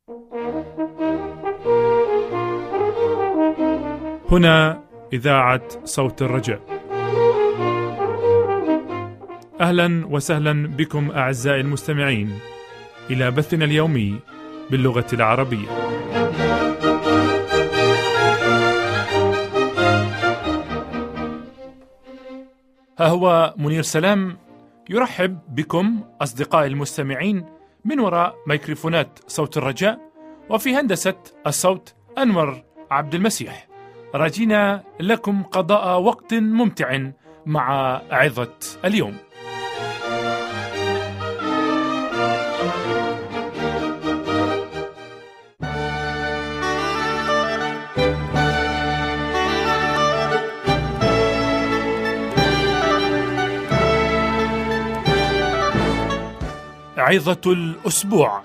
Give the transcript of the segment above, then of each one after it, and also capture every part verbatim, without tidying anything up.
هنا إذاعة صوت الرجاء. أهلا وسهلا بكم أعزائي المستمعين إلى بثنا اليومي باللغة العربية. ها هو منير سلام يرحب بكم أصدقائي المستمعين من وراء ميكروفونات صوت الرجاء، وفي هندسة الصوت أنور عبد المسيح، راجينا لكم قضاء وقت ممتع مع عظة اليوم. عظة الأسبوع.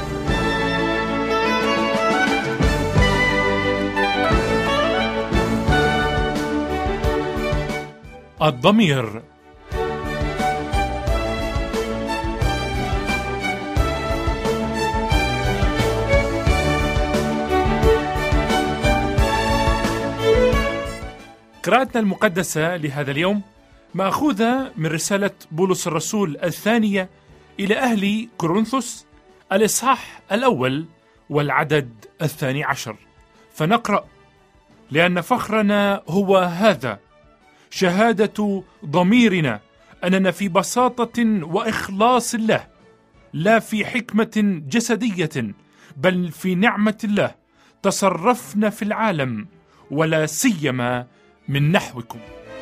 الضمير. قراءتنا المقدسة لهذا اليوم مأخوذة من رسالة بولس الرسول الثانية إلى أهل كورنثوس الإصحاح الأول والعدد الثاني عشر، فنقرأ: لأن فخرنا هو هذا، شهادة ضميرنا أننا في بساطة وإخلاص الله، لا في حكمة جسدية، بل في نعمة الله تصرفنا في العالم، ولا سيما من نحوكم.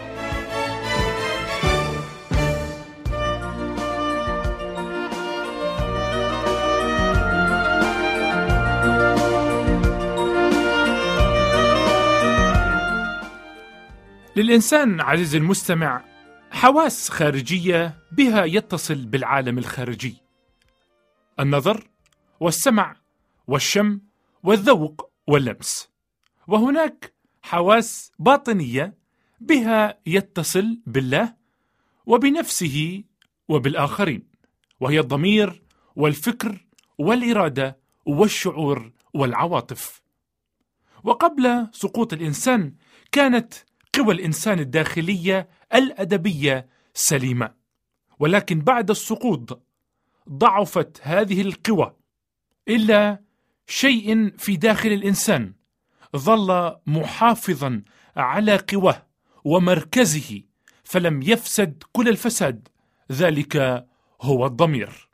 للإنسان عزيزي المستمع حواس خارجية بها يتصل بالعالم الخارجي: النظر والسمع والشم والذوق واللمس. وهناك حواس باطنية بها يتصل بالله وبنفسه وبالآخرين، وهي الضمير والفكر والإرادة والشعور والعواطف. وقبل سقوط الإنسان كانت قوى الإنسان الداخلية الأدبية سليمة، ولكن بعد السقوط ضعفت هذه القوى، إلا شيء في داخل الإنسان ظل محافظا على قواه ومركزه، فلم يفسد كل الفساد، ذلك هو الضمير.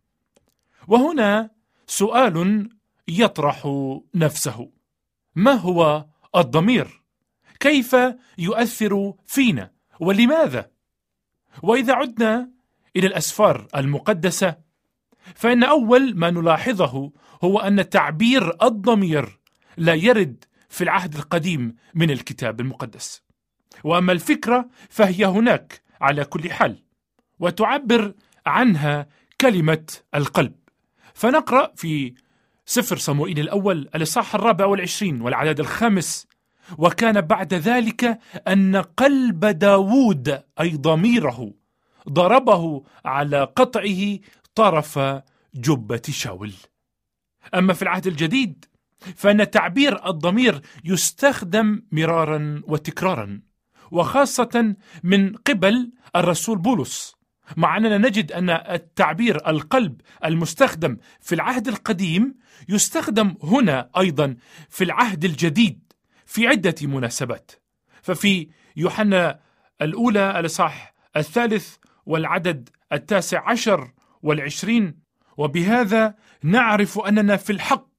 وهنا سؤال يطرح نفسه: ما هو الضمير؟ كيف يؤثر فينا ولماذا؟ وإذا عدنا إلى الأسفار المقدسة، فإن أول ما نلاحظه هو أن تعبير الضمير لا يرد في العهد القديم من الكتاب المقدس، وأما الفكرة فهي هناك على كل حال، وتعبر عنها كلمة القلب. فنقرأ في سفر صموئيل الأول الإصحاح الرابع والعشرين والعدد الخامس: وكان بعد ذلك أن قلب داود أي ضميره ضربه على قطعه طرف جبة شاول. أما في العهد الجديد فإن تعبير الضمير يستخدم مرارا وتكرارا، وخاصة من قبل الرسول بولس، مع أننا نجد أن التعبير القلب المستخدم في العهد القديم يستخدم هنا أيضا في العهد الجديد في عدة مناسبات. ففي يوحنا الأولى الإصحاح الثالث والعدد التاسع عشر والعشرين: وبهذا نعرف أننا في الحق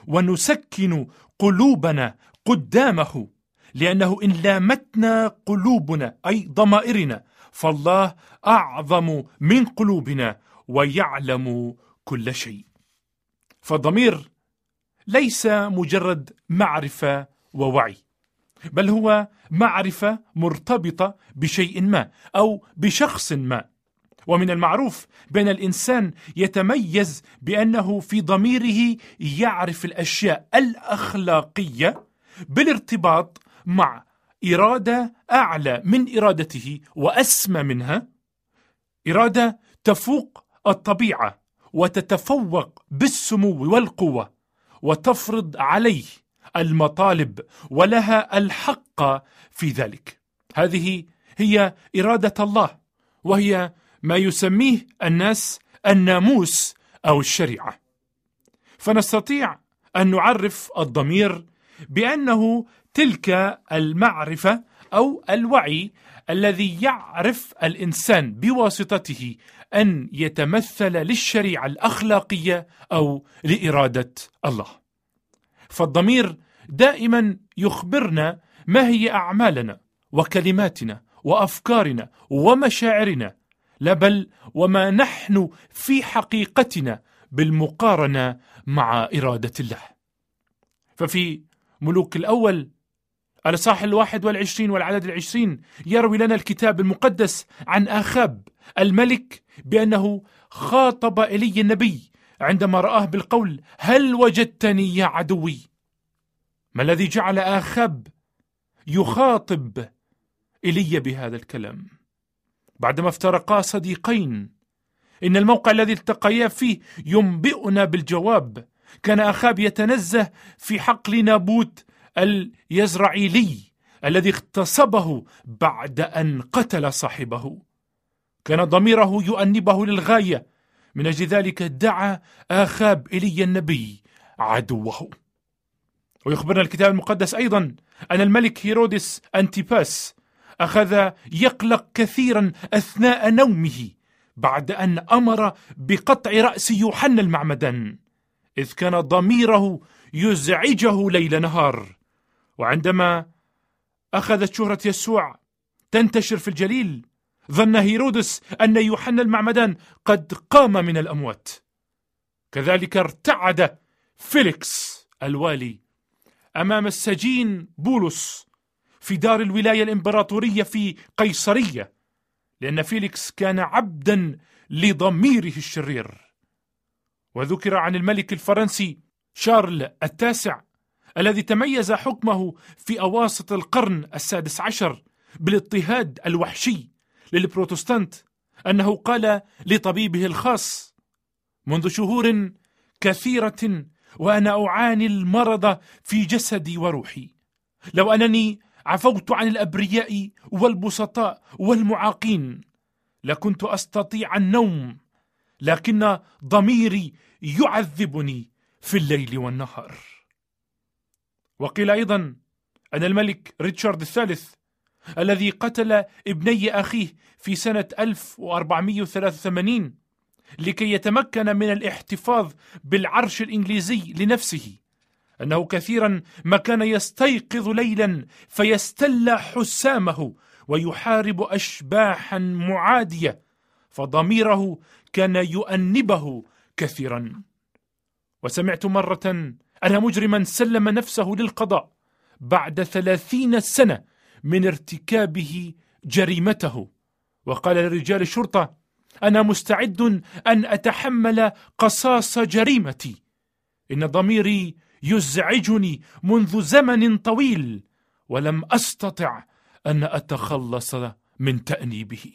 ونسكن قلوبنا قدامه، لأنه إن لامتنا قلوبنا أي ضمائرنا فالله أعظم من قلوبنا ويعلم كل شيء. فالضمير ليس مجرد معرفة ووعي، بل هو معرفة مرتبطة بشيء ما أو بشخص ما. ومن المعروف بأن الإنسان يتميز بأنه في ضميره يعرف الأشياء الأخلاقية بالارتباط مع إرادة أعلى من إرادته وأسمى منها، إرادة تفوق الطبيعة وتتفوق بالسمو والقوة، وتفرض عليه المطالب ولها الحق في ذلك. هذه هي إرادة الله، وهي ما يسميه الناس الناموس أو الشريعة. فنستطيع أن نعرف الضمير بأنه تلك المعرفة أو الوعي الذي يعرف الإنسان بواسطته أن يتمثل للشريعة الأخلاقية أو لإرادة الله. فالضمير دائما يخبرنا ما هي أعمالنا وكلماتنا وأفكارنا ومشاعرنا، لا بل وما نحن في حقيقتنا بالمقارنة مع إرادة الله. ففي ملوك الأول الإصحاح الواحد والعشرين والعدد العشرين يروي لنا الكتاب المقدس عن آخاب الملك بأنه خاطب إيليا النبي عندما رآه بالقول: هل وجدتني يا عدوي؟ ما الذي جعل آخاب يخاطب إيليا بهذا الكلام؟ بعدما افترقا صديقين، إن الموقع الذي التقيا فيه ينبئنا بالجواب. كان آخاب يتنزه في حقل نابوت اليزرعيلي الذي اغتصبه بعد أن قتل صاحبه. كان ضميره يؤنبه للغاية، من أجل ذلك دعا آخاب إيليا النبي عدوه. ويخبرنا الكتاب المقدس أيضا أن الملك هيرودس أنتيباس أخذ يقلق كثيرا أثناء نومه بعد أن أمر بقطع رأس يوحنا المعمدان، إذ كان ضميره يزعجه ليل نهار. وعندما أخذت شهرة يسوع تنتشر في الجليل، ظن هيرودس أن يوحنا المعمدان قد قام من الأموات. كذلك ارتعد فيليكس الوالي أمام السجين بولس في دار الولاية الإمبراطورية في قيصرية، لأن فيليكس كان عبدا لضميره الشرير. وذكر عن الملك الفرنسي شارل التاسع الذي تميز حكمه في أواسط القرن السادس عشر بالاضطهاد الوحشي للبروتستانت، أنه قال لطبيبه الخاص: منذ شهور كثيرة وأنا أعاني المرض في جسدي وروحي، لو أنني عفوت عن الأبرياء والبسطاء والمعاقين لكنت أستطيع النوم، لكن ضميري يعذبني في الليل والنهار. وقيل أيضا أن الملك ريتشارد الثالث الذي قتل ابني أخيه في سنة ألف وأربعمائة وثلاثة وثمانين لكي يتمكن من الاحتفاظ بالعرش الإنجليزي لنفسه، أنه كثيرا ما كان يستيقظ ليلا فيستل حسامه ويحارب أشباحا معادية، فضميره كان يؤنبه كثيرا. وسمعت مرة أن مجرما سلم نفسه للقضاء بعد ثلاثين سنة من ارتكابه جريمته، وقال لرجال الشرطة: أنا مستعد أن أتحمل قصاص جريمتي، إن ضميري يزعجني منذ زمن طويل ولم أستطع أن أتخلص من تأنيبه.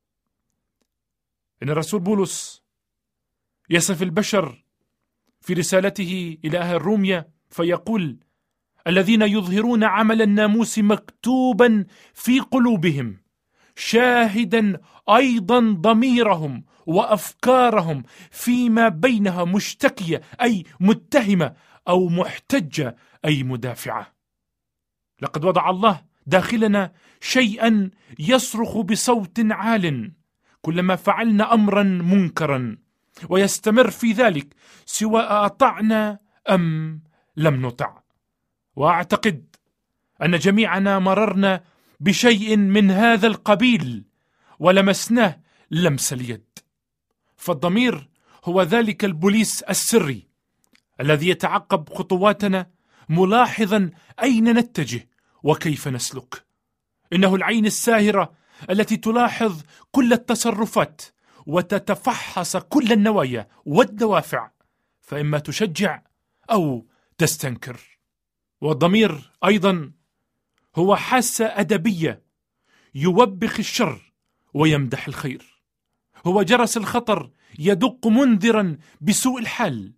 إن الرسول بولس يصف البشر في رسالته إلى أهل روميا فيقول: الذين يظهرون عمل الناموس مكتوبا في قلوبهم، شاهدا أيضا ضميرهم وأفكارهم فيما بينها مشتكية أي متهمة أو محتجة أي مدافعة. لقد وضع الله داخلنا شيئا يصرخ بصوت عال كلما فعلنا أمرا منكرا، ويستمر في ذلك سواء أطعنا أم لم نطع. وأعتقد أن جميعنا مررنا بشيء من هذا القبيل ولمسناه لمس اليد. فالضمير هو ذلك البوليس السري الذي يتعقب خطواتنا ملاحظا أين نتجه وكيف نسلك. إنه العين الساهرة التي تلاحظ كل التصرفات وتتفحص كل النوايا والدوافع، فإما تشجع أو تستنكر. والضمير أيضا هو حاسة أدبية يوبخ الشر ويمدح الخير، هو جرس الخطر يدق منذرا بسوء الحال،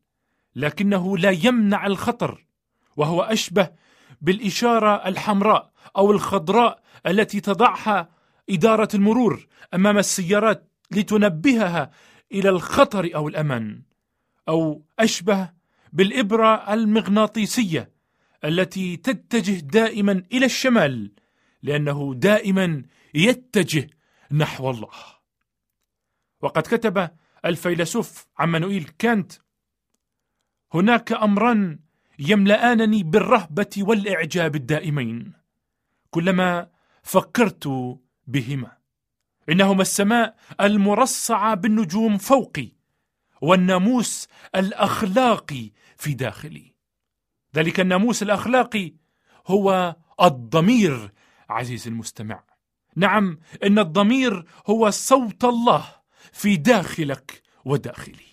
لكنه لا يمنع الخطر، وهو أشبه بالإشارة الحمراء أو الخضراء التي تضعها إدارة المرور أمام السيارات لتنبهها إلى الخطر أو الأمان، أو أشبه بالإبرة المغناطيسية التي تتجه دائما إلى الشمال، لأنه دائما يتجه نحو الله. وقد كتب الفيلسوف عمانوئيل كانت: هناك أمران يملأانني بالرهبة والإعجاب الدائمين كلما فكرت بهما، إنهما السماء المرصعة بالنجوم فوقي، والناموس الأخلاقي في داخلي. ذلك الناموس الأخلاقي هو الضمير. عزيز المستمع، نعم، إن الضمير هو صوت الله في داخلك وداخلي.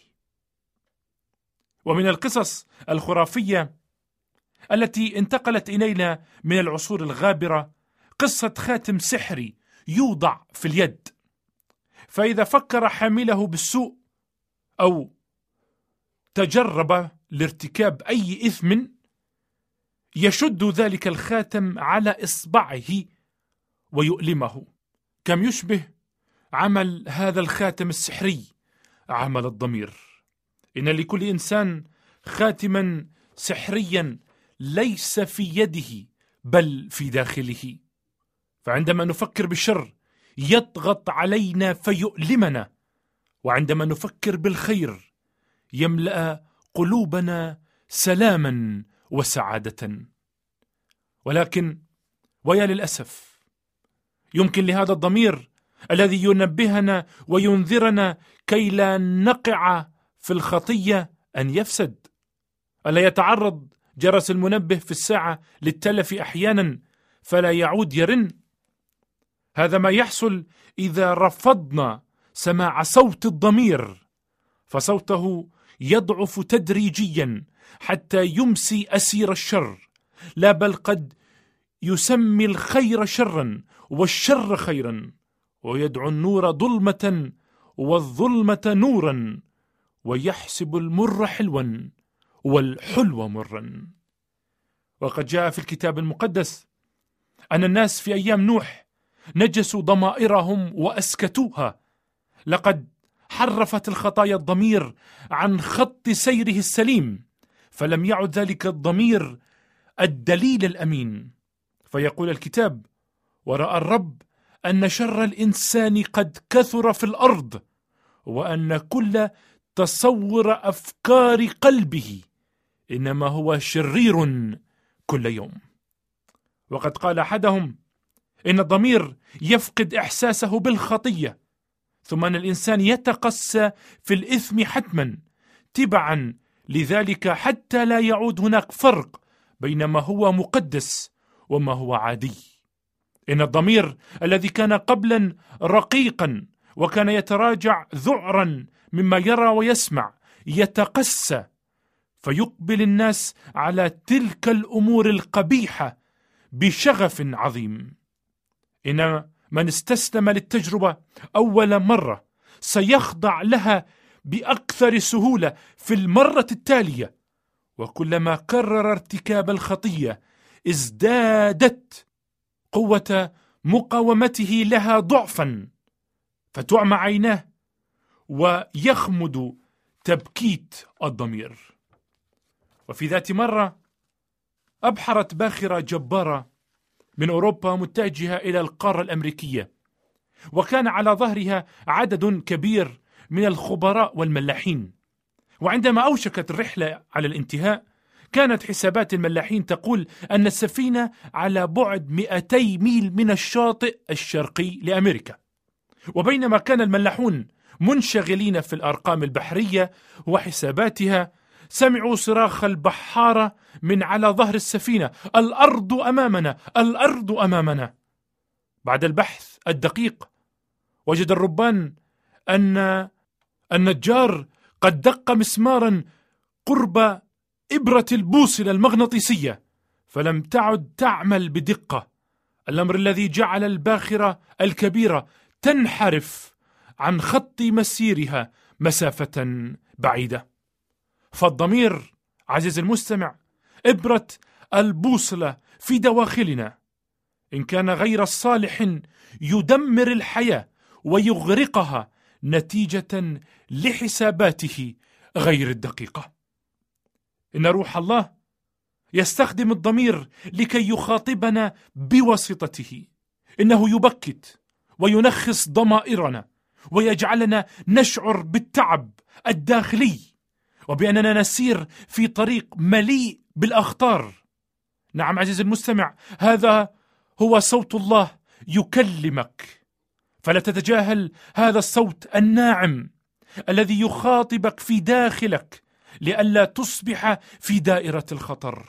ومن القصص الخرافية التي انتقلت إلينا من العصور الغابرة قصة خاتم سحري يوضع في اليد، فإذا فكر حامله بالسوء أو تجرب لارتكاب أي إثم يشد ذلك الخاتم على إصبعه ويؤلمه. كم يشبه عمل هذا الخاتم السحري عمل الضمير. إن لكل إنسان خاتما سحريا ليس في يده بل في داخله، فعندما نفكر بالشر يضغط علينا فيؤلمنا، وعندما نفكر بالخير يملأ قلوبنا سلاما وسعادة. ولكن ويا للأسف يمكن لهذا الضمير الذي ينبهنا وينذرنا كي لا نقع في الخطية أن يفسد. ألا يتعرض جرس المنبه في الساعة للتلف أحيانا فلا يعود يرن؟ هذا ما يحصل إذا رفضنا سماع صوت الضمير، فصوته يضعف تدريجيا حتى يمسي أسير الشر، لا بل قد يسمي الخير شرا والشر خيرا، ويدعو النور ظلمة والظلمة نورا، ويحسب المر حلوا والحلو مرا. وقد جاء في الكتاب المقدس أن الناس في أيام نوح نجسوا ضمائرهم وأسكتوها. لقد حرفت الخطايا الضمير عن خط سيره السليم، فلم يعد ذلك الضمير الدليل الأمين. فيقول الكتاب: ورأى الرب أن شر الإنسان قد كثر في الأرض، وأن كل تصور أفكار قلبه إنما هو شرير كل يوم. وقد قال أحدهم إن الضمير يفقد إحساسه بالخطية، ثم أن الإنسان يتقسى في الإثم حتما تبعا لذلك، حتى لا يعود هناك فرق بين ما هو مقدس وما هو عادي. إن الضمير الذي كان قبلا رقيقا وكان يتراجع ذعرا مما يرى ويسمع يتقسى، فيقبل الناس على تلك الأمور القبيحة بشغف عظيم. إن من استسلم للتجربة أول مرة سيخضع لها بأكثر سهولة في المرة التالية، وكلما كرر ارتكاب الخطية ازدادت قوة مقاومته لها ضعفا، فتعمى عيناه ويخمد تبكيت الضمير. وفي ذات مرة أبحرت باخرة جبارة من أوروبا متجهة إلى القارة الأمريكية، وكان على ظهرها عدد كبير من الخبراء والملاحين. وعندما أوشكت الرحلة على الانتهاء كانت حسابات الملاحين تقول أن السفينة على بعد مئتي ميل من الشاطئ الشرقي لأمريكا. وبينما كان الملاحون منشغلين في الأرقام البحرية وحساباتها، سمعوا صراخ البحارة من على ظهر السفينة: الأرض أمامنا، الأرض أمامنا. بعد البحث الدقيق وجد الربان أن النجار قد دق مسمارا قرب إبرة البوصلة المغناطيسية، فلم تعد تعمل بدقة، الأمر الذي جعل الباخرة الكبيرة تنحرف عن خط مسيرها مسافة بعيدة. فالضمير عزيز المستمع إبرة البوصلة في دواخلنا، إن كان غير الصالح يدمر الحياة ويغرقها نتيجة لحساباته غير الدقيقة. إن روح الله يستخدم الضمير لكي يخاطبنا بواسطته. إنه يبكت وينخس ضمائرنا ويجعلنا نشعر بالتعب الداخلي وبأننا نسير في طريق مليء بالأخطار. نعم عزيزي المستمع، هذا هو صوت الله يكلمك، فلا تتجاهل هذا الصوت الناعم الذي يخاطبك في داخلك لئلا تصبح في دائرة الخطر.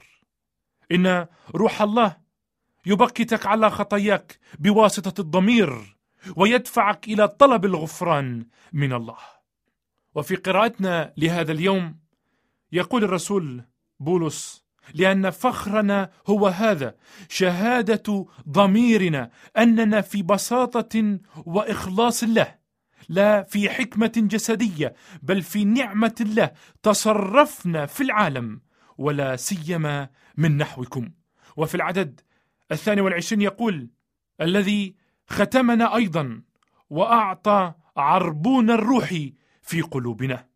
إن روح الله يبكتك على خطاياك بواسطة الضمير ويدفعك إلى طلب الغفران من الله. وفي قراءتنا لهذا اليوم يقول الرسول بولس: لأن فخرنا هو هذا، شهادة ضميرنا أننا في بساطة وإخلاص الله، لا في حكمة جسدية، بل في نعمة الله تصرفنا في العالم، ولا سيما من نحوكم. وفي العدد الثاني والعشرين يقول: الذي ختمنا أيضا وأعطى عربون الروح في قلوبنا.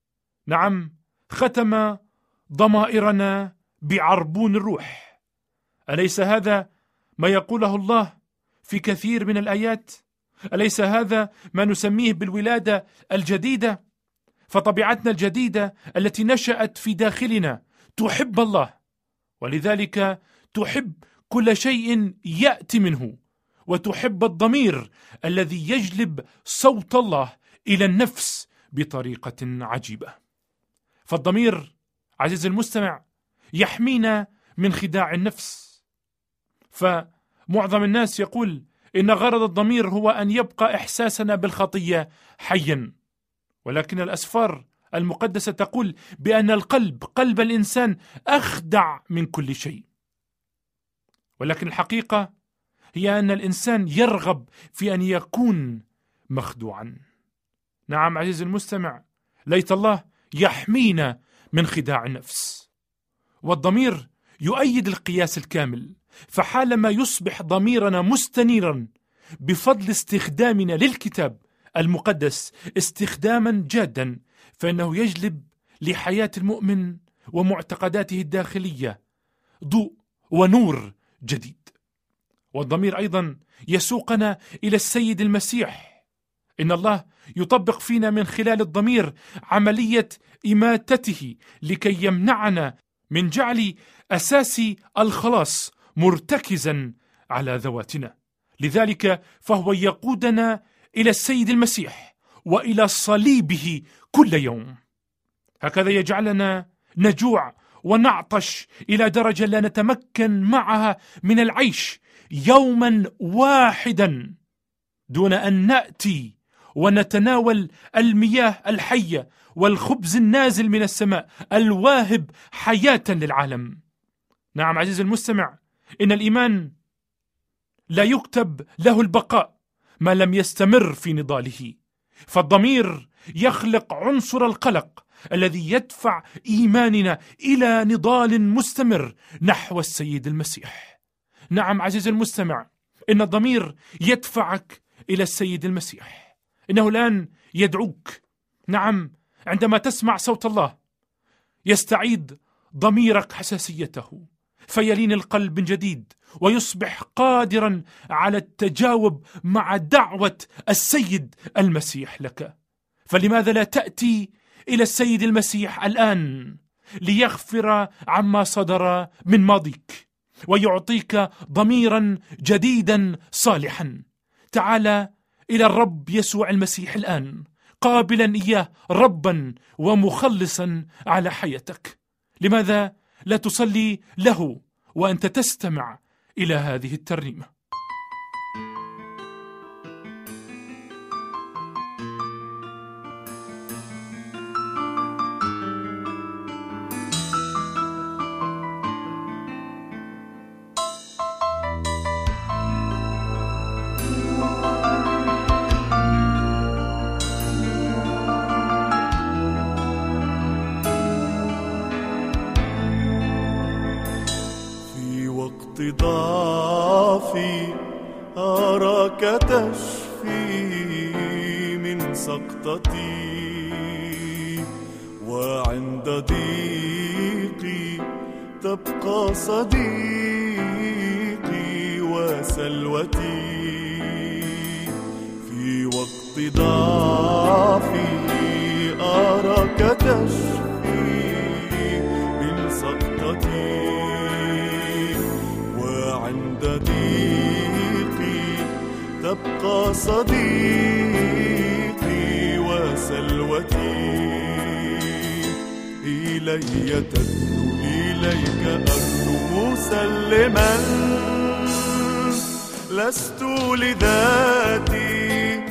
نعم، ختم ضمائرنا بعربون الروح. أليس هذا ما يقوله الله في كثير من الآيات؟ أليس هذا ما نسميه بالولادة الجديدة؟ فطبيعتنا الجديدة التي نشأت في داخلنا تحب الله، ولذلك تحب كل شيء يأتي منه، وتحب الضمير الذي يجلب صوت الله إلى النفس بطريقة عجيبة. فالضمير عزيزي المستمع يحمينا من خداع النفس. فمعظم الناس يقول إن غرض الضمير هو أن يبقى إحساسنا بالخطية حيا، ولكن الأسفار المقدسة تقول بأن القلب، قلب الإنسان، أخدع من كل شيء. ولكن الحقيقة هي أن الإنسان يرغب في أن يكون مخدوعا. نعم عزيزي المستمع، ليت الله يحمينا من خداع النفس. والضمير يؤيد القياس الكامل، فحالما يصبح ضميرنا مستنيرا بفضل استخدامنا للكتاب المقدس استخداما جادا، فإنه يجلب لحياة المؤمن ومعتقداته الداخلية ضوء ونور جديد. والضمير أيضا يسوقنا إلى السيد المسيح. إن الله يطبق فينا من خلال الضمير عملية إماتته لكي يمنعنا من جعل أساس الخلاص مرتكزا على ذواتنا. لذلك فهو يقودنا إلى السيد المسيح وإلى صليبه كل يوم. هكذا يجعلنا نجوع ونعطش إلى درجة لا نتمكن معها من العيش يوما واحدا دون أن نأتي ونتناول المياه الحية والخبز النازل من السماء الواهب حياة للعالم. نعم عزيزي المستمع، إن الإيمان لا يكتب له البقاء ما لم يستمر في نضاله. فالضمير يخلق عنصر القلق الذي يدفع إيماننا إلى نضال مستمر نحو السيد المسيح. نعم عزيزي المستمع، إن الضمير يدفعك إلى السيد المسيح. إنه الآن يدعوك. نعم، عندما تسمع صوت الله يستعيد ضميرك حساسيته، فيلين القلب من جديد ويصبح قادرا على التجاوب مع دعوة السيد المسيح لك. فلماذا لا تأتي إلى السيد المسيح الآن ليغفر عما صدر من ماضيك ويعطيك ضميرا جديدا صالحا؟ تعال إلى الرب يسوع المسيح الآن، قابلا إياه ربا ومخلصا على حياتك. لماذا لا تصلي له وأنت تستمع إلى هذه الترنيمة؟ ضعفي أراك تشفي من سقطتي، وعند ضيقي تبقى صديقي وسلوتي. في وقت ضعفي أراك تشفي من سقطتي، وعند ضيقي تبقى صديقي وسلوتي. إلي تدنو إليك أرنو مسلما، لست لذاتي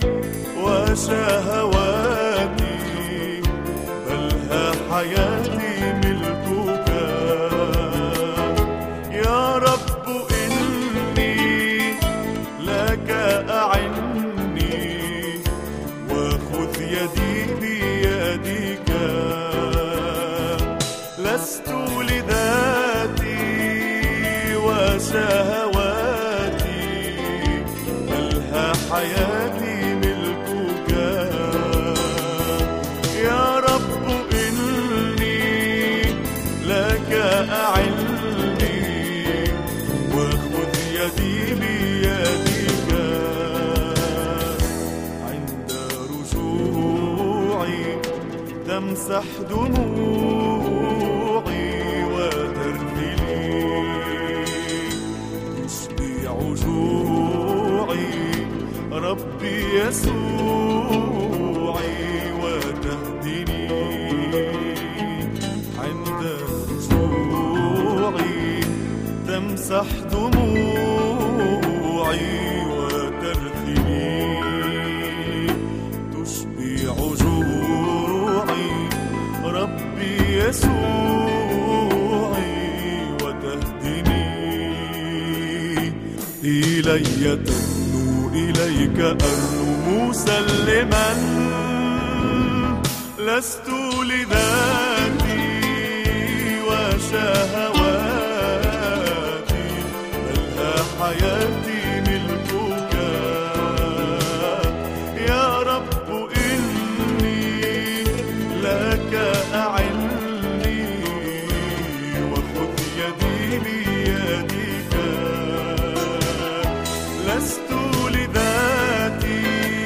وشهواتي، بل ها حياتي ملكك. يا رب إني لك أعني، وخذ يدي بيدك. لست لذاتي وشهواتي، بل ها حياتي ملكك. يا رب إني لك أعني، وخذ يدي بيدك. عند رجوعي تمسح دموعي وترثلي، تشبع جوعي ربي يسوعي وتهدني. عند رجوعي تمسح دموعي وترثلي، تشبع جوعي ربي يسوعي وتهدني. إلي تدنو إليك أرنو مسلما، لست لذاتي وشهواتي، بل ها حياتي ملكك. يا رب إني لك أعني، وخذ يدي بيدك. لست لذاتي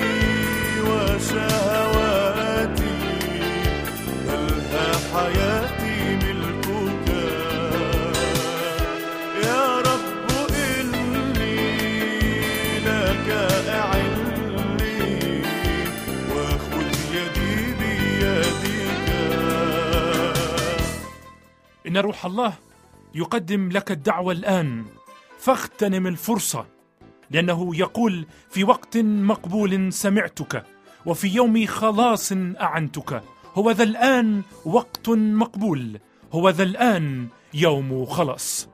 وشهواتي، بل ها حياتي ملكك. يا رب إني لك أعني، وخذ يدي بيدك. إن روح الله يقدم لك الدعوة الآن، فاغتنم الفرصة، لأنه يقول: في وقت مقبول سمعتك، وفي يوم خلاص أعنتك. هو ذا الآن وقت مقبول، هو ذا الآن يوم خلاص.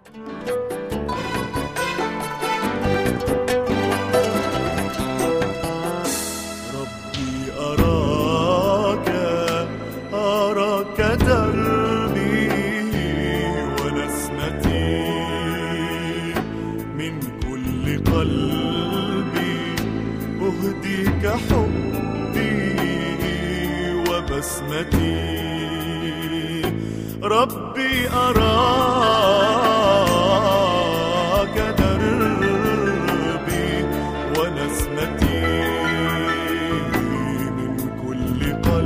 ربي أراك أراك دربي ونسمتي، من كل قلبي أهديك حبي وبسمتي. ربي أراك دربي ونسمتي، من كل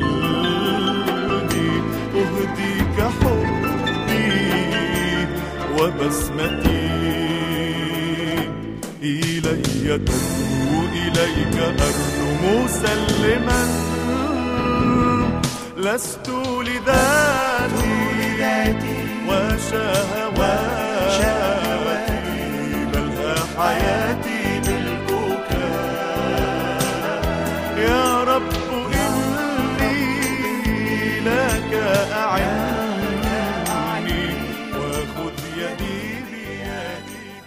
قلبي أهديك حبي وبسمتي. إلي تدنو إليك أرنو مسلما، لست لذاتي وشهواتي، بل ها حياتي ملكك. يا رب إني لك أعني، وخذ يدي بيدك.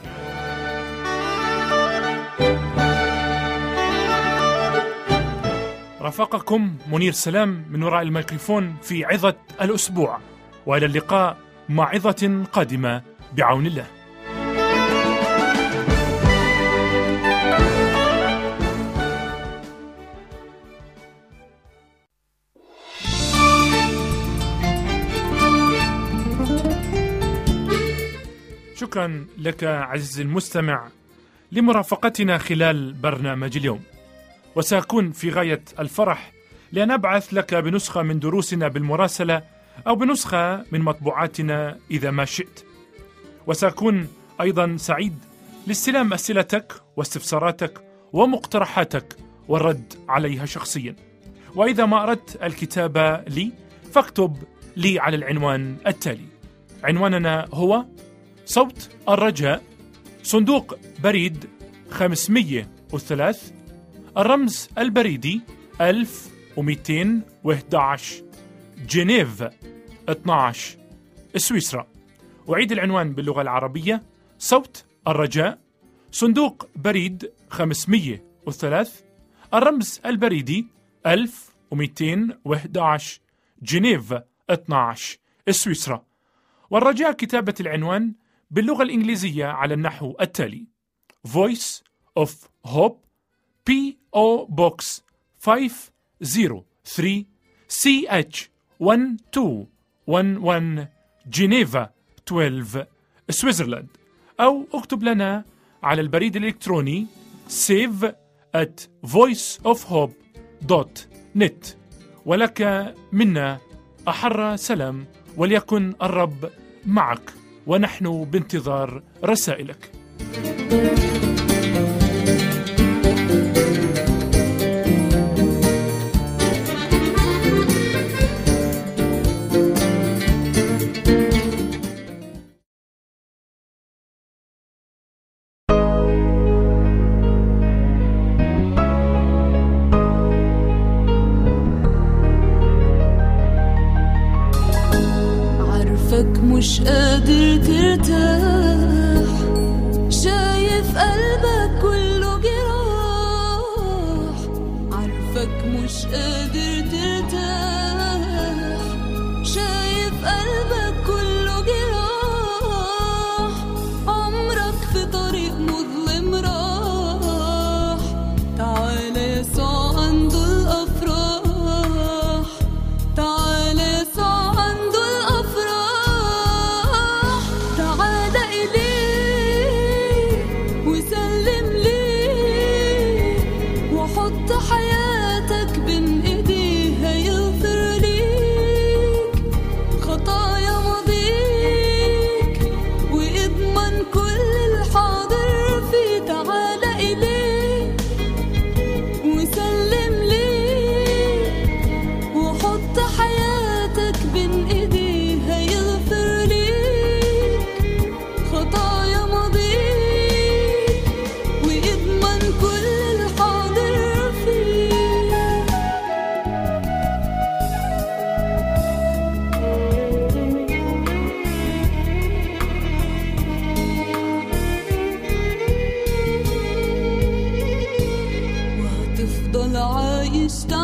رافقكم منير سلام من وراء الميكروفون في عظة الأسبوع، وإلى اللقاء مع عظة قادمة بعون الله. شكرا لك عزيزي المستمع لمرافقتنا خلال برنامج اليوم، وسأكون في غاية الفرح لأن أبعث لك بنسخة من دروسنا بالمراسلة أو بنسخة من مطبوعاتنا إذا ما شئت، وسأكون أيضا سعيد لاستلام أسئلتك واستفساراتك ومقترحاتك والرد عليها شخصيا. وإذا ما أردت الكتابة لي فاكتب لي على العنوان التالي. عنواننا هو صوت الرجاء، صندوق بريد خمسمئة وثلاثة، الرمز البريدي ألف ومئتين وأحد عشر، جنيف اثني عشر، سويسرا. أعيد العنوان باللغة العربية: صوت الرجاء، صندوق بريد خمسمئة وثلاثة، الرمز البريدي ألف ومئتين وأحد عشر، جنيف اثني عشر، سويسرا. والرجاء كتابة العنوان باللغة الإنجليزية على النحو التالي: Voice of Hope بي أو Box خمسمئة وثلاثة سي إتش واحد اثنين واحد واحد جنيفا اثني عشر، سويسرلاند. أو اكتب لنا على البريد الإلكتروني save at voiceofhope دوت نت. ولك منا أحر سلام، وليكن الرب معك، ونحن بانتظار رسائلك. مش قادر ترتاح، شايف قلبك كله جراح، عارفك مش قادر ترتاح، شايف قلبك كله جراح، عمرك في طريق مظلم راح، تعالى يسوع عنده الأفراح، تعالى يسوع عنده الأفراح، حياتك بين ايديه هيغفر ليك خطايا ماضيك، ويضمن كل الحاضر فيه. تعالى إليه وسلم ليه، وحط حياتك بين ايديه هيغفر ليك خطايا ماضيك، ويضمن كل عايش